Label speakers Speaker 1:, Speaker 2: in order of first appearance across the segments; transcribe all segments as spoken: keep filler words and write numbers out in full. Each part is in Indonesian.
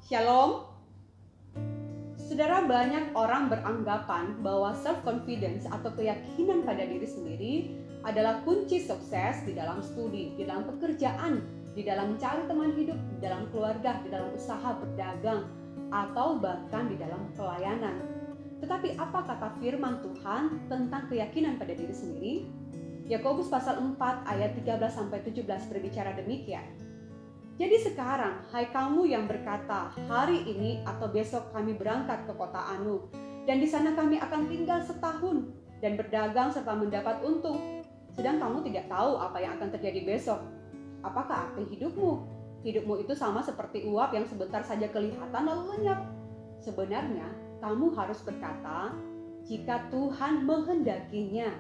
Speaker 1: Shalom. Saudara, banyak orang beranggapan bahwa self-confidence atau keyakinan pada diri sendiri adalah kunci sukses di dalam studi, di dalam pekerjaan, di dalam mencari teman hidup, di dalam keluarga, di dalam usaha berdagang, atau bahkan di dalam pelayanan. Tetapi apa kata firman Tuhan tentang keyakinan pada diri sendiri? Yakobus pasal empat ayat tiga belas sampai tujuh belas berbicara demikian. Jadi sekarang, hai kamu yang berkata, hari ini atau besok kami berangkat ke kota Anu, dan di sana kami akan tinggal setahun dan berdagang serta mendapat untung. Sedang kamu tidak tahu apa yang akan terjadi besok. Apakah arti hidupmu? Hidupmu itu sama seperti uap yang sebentar saja kelihatan lalu lenyap. Sebenarnya, kamu harus berkata, jika Tuhan menghendakinya,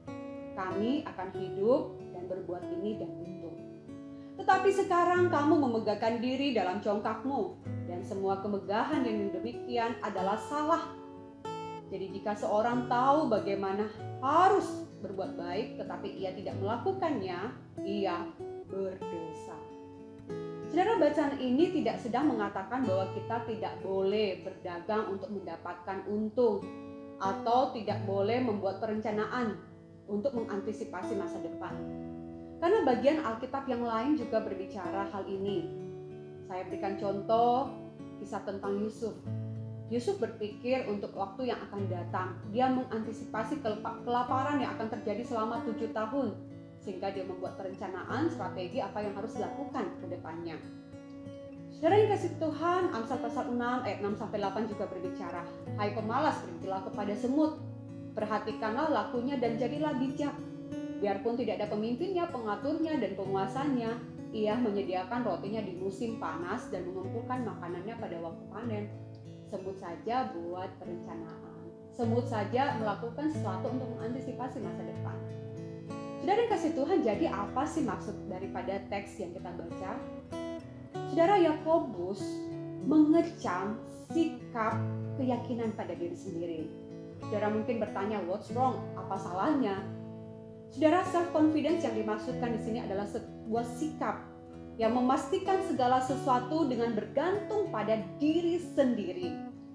Speaker 1: kami akan hidup dan berbuat ini dan itu. Tetapi sekarang kamu memegahkan diri dalam congkakmu, dan semua kemegahan yang demikian adalah salah. Jadi jika seorang tahu bagaimana harus berbuat baik, tetapi ia tidak melakukannya, ia berdosa. Saudara, bacaan ini tidak sedang mengatakan bahwa kita tidak boleh berdagang untuk mendapatkan untung, atau tidak boleh membuat perencanaan untuk mengantisipasi masa depan. Karena bagian Alkitab yang lain juga berbicara hal ini. Saya berikan contoh kisah tentang Yusuf. Yusuf berpikir untuk waktu yang akan datang. Dia mengantisipasi kelaparan yang akan terjadi selama tujuh tahun. Sehingga dia membuat perencanaan strategi apa yang harus dilakukan ke depannya. Saudara yang kasih Tuhan, Amsal pasal enam ayat enam sampai delapan juga berbicara. Hai pemalas, berhentilah kepada semut. Perhatikanlah lakunya dan jadilah bijak. Biarpun tidak ada pemimpinnya, pengaturnya, dan penguasanya, ia menyediakan rotinya di musim panas dan mengumpulkan makanannya pada waktu panen. Sebut saja buat perencanaan. Sebut saja melakukan sesuatu untuk mengantisipasi masa depan. Saudara yang kasih Tuhan, jadi apa sih maksud daripada teks yang kita baca? Saudara, Yakobus mengecam sikap keyakinan pada diri sendiri. Saudara mungkin bertanya, what's wrong? Apa salahnya? Saudara, self-confidence yang dimaksudkan di sini adalah sebuah sikap yang memastikan segala sesuatu dengan bergantung pada diri sendiri.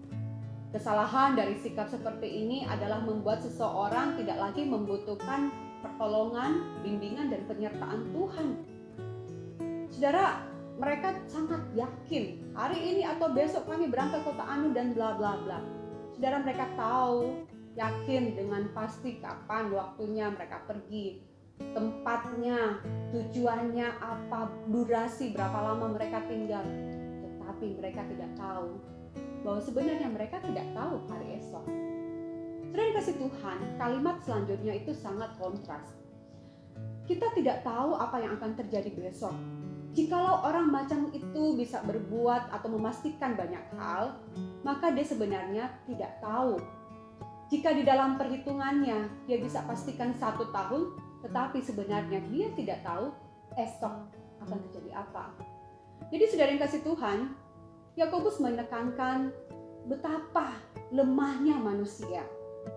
Speaker 1: Kesalahan dari sikap seperti ini adalah membuat seseorang tidak lagi membutuhkan pertolongan, bimbingan, dan penyertaan Tuhan. Saudara, mereka sangat yakin hari ini atau besok kami berangkat ke kota Anu dan bla bla bla. Saudara, mereka tahu, yakin dengan pasti kapan waktunya mereka pergi, tempatnya, tujuannya apa, durasi berapa lama mereka tinggal. Tetapi mereka tidak tahu bahwa sebenarnya mereka tidak tahu hari esok. Saudara kasih Tuhan, kalimat selanjutnya itu sangat kontras. Kita tidak tahu apa yang akan terjadi besok. Jikalau orang macam itu bisa berbuat atau memastikan banyak hal, maka dia sebenarnya tidak tahu. Jika di dalam perhitungannya dia bisa pastikan satu tahun, tetapi sebenarnya dia tidak tahu esok akan terjadi apa. Jadi saudara yang kasih Tuhan, Yakobus menekankan betapa lemahnya manusia.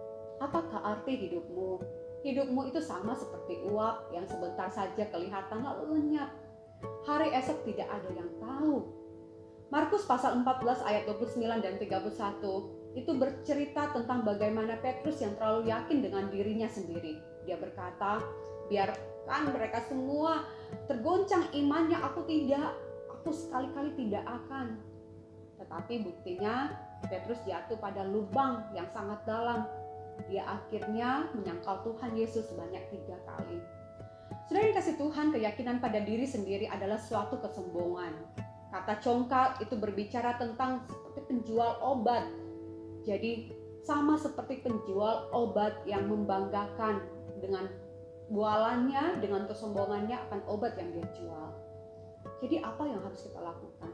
Speaker 1: Apakah arti hidupmu? Hidupmu itu sama seperti uap yang sebentar saja kelihatan lalu lenyap. Hari esok tidak ada yang tahu. Markus pasal empat belas ayat dua puluh sembilan dan tiga puluh satu itu bercerita tentang bagaimana Petrus yang terlalu yakin dengan dirinya sendiri. Dia berkata, biarkan mereka semua tergoncang imannya, aku tidak, aku sekali-kali tidak akan. Tetapi buktinya Petrus jatuh pada lubang yang sangat dalam. Dia akhirnya menyangkal Tuhan Yesus sebanyak tiga kali. Saudara yang kasih Tuhan, keyakinan pada diri sendiri adalah suatu kesombongan. Kata congkak itu berbicara tentang seperti penjual obat. Jadi sama seperti penjual obat yang membanggakan dengan bualannya, dengan kesombongannya akan obat yang dia jual. Jadi apa yang harus kita lakukan?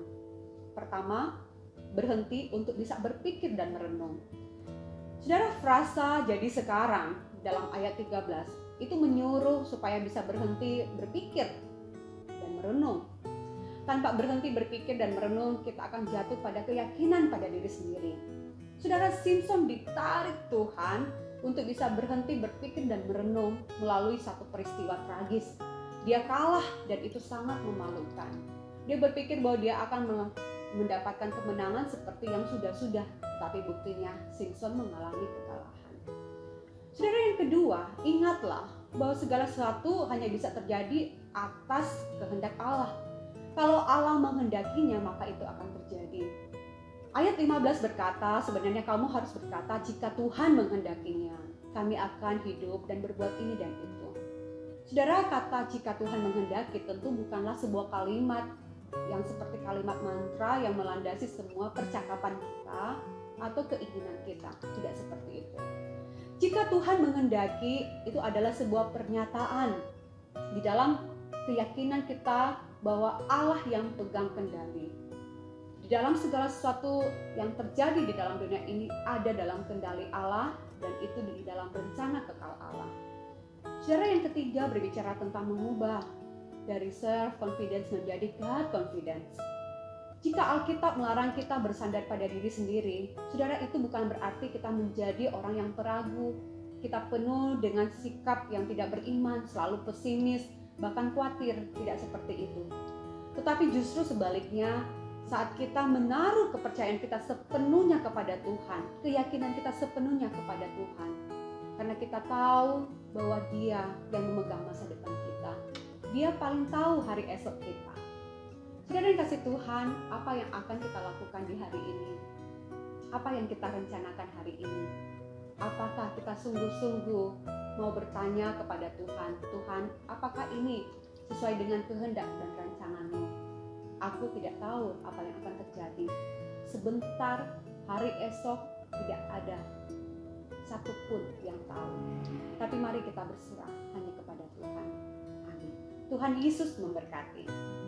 Speaker 1: Pertama, berhenti untuk bisa berpikir dan merenung. Saudara, frasa jadi sekarang dalam ayat tiga belas itu menyuruh supaya bisa berhenti berpikir dan merenung. Tanpa berhenti berpikir dan merenung, kita akan jatuh pada keyakinan pada diri sendiri. Saudara, Simpson ditarik Tuhan untuk bisa berhenti berpikir dan merenung melalui satu peristiwa tragis. Dia kalah dan itu sangat memalukan. Dia berpikir bahwa dia akan mendapatkan kemenangan seperti yang sudah-sudah, tapi buktinya Simpson mengalami kekalahan. Saudara, yang kedua, ingatlah bahwa segala sesuatu hanya bisa terjadi atas kehendak Allah. Kalau Allah menghendakinya, maka itu akan terjadi. Ayat lima belas berkata, sebenarnya kamu harus berkata, jika Tuhan menghendakinya, kami akan hidup dan berbuat ini dan itu. Saudara, kata jika Tuhan menghendaki tentu bukanlah sebuah kalimat yang seperti kalimat mantra yang melandasi semua percakapan kita atau keinginan kita. Tidak seperti itu. Jika Tuhan menghendaki, itu adalah sebuah pernyataan di dalam keyakinan kita bahwa Allah yang pegang kendali. Di dalam segala sesuatu yang terjadi di dalam dunia ini ada dalam kendali Allah, dan itu di dalam rencana kekal Allah. Saudara, yang ketiga berbicara tentang mengubah dari self confidence menjadi God confidence. Jika Alkitab melarang kita bersandar pada diri sendiri, saudara, itu bukan berarti kita menjadi orang yang peragu. Kita penuh dengan sikap yang tidak beriman, selalu pesimis, bahkan khawatir. Tidak seperti itu. Tetapi justru sebaliknya, saat kita menaruh kepercayaan kita sepenuhnya kepada Tuhan, keyakinan kita sepenuhnya kepada Tuhan, karena kita tahu bahwa Dia yang memegang masa depan kita. Dia paling tahu hari esok kita. Saudara yang kasih Tuhan, apa yang akan kita lakukan di hari ini? Apa yang kita rencanakan hari ini? Apakah kita sungguh-sungguh mau bertanya kepada Tuhan, Tuhan, apakah ini sesuai dengan kehendak dan rancangan-Mu? Aku tidak tahu apa yang akan terjadi. Sebentar, hari esok tidak ada satupun yang tahu. Tapi mari kita berserah hanya kepada Tuhan. Amin. Tuhan Yesus memberkati.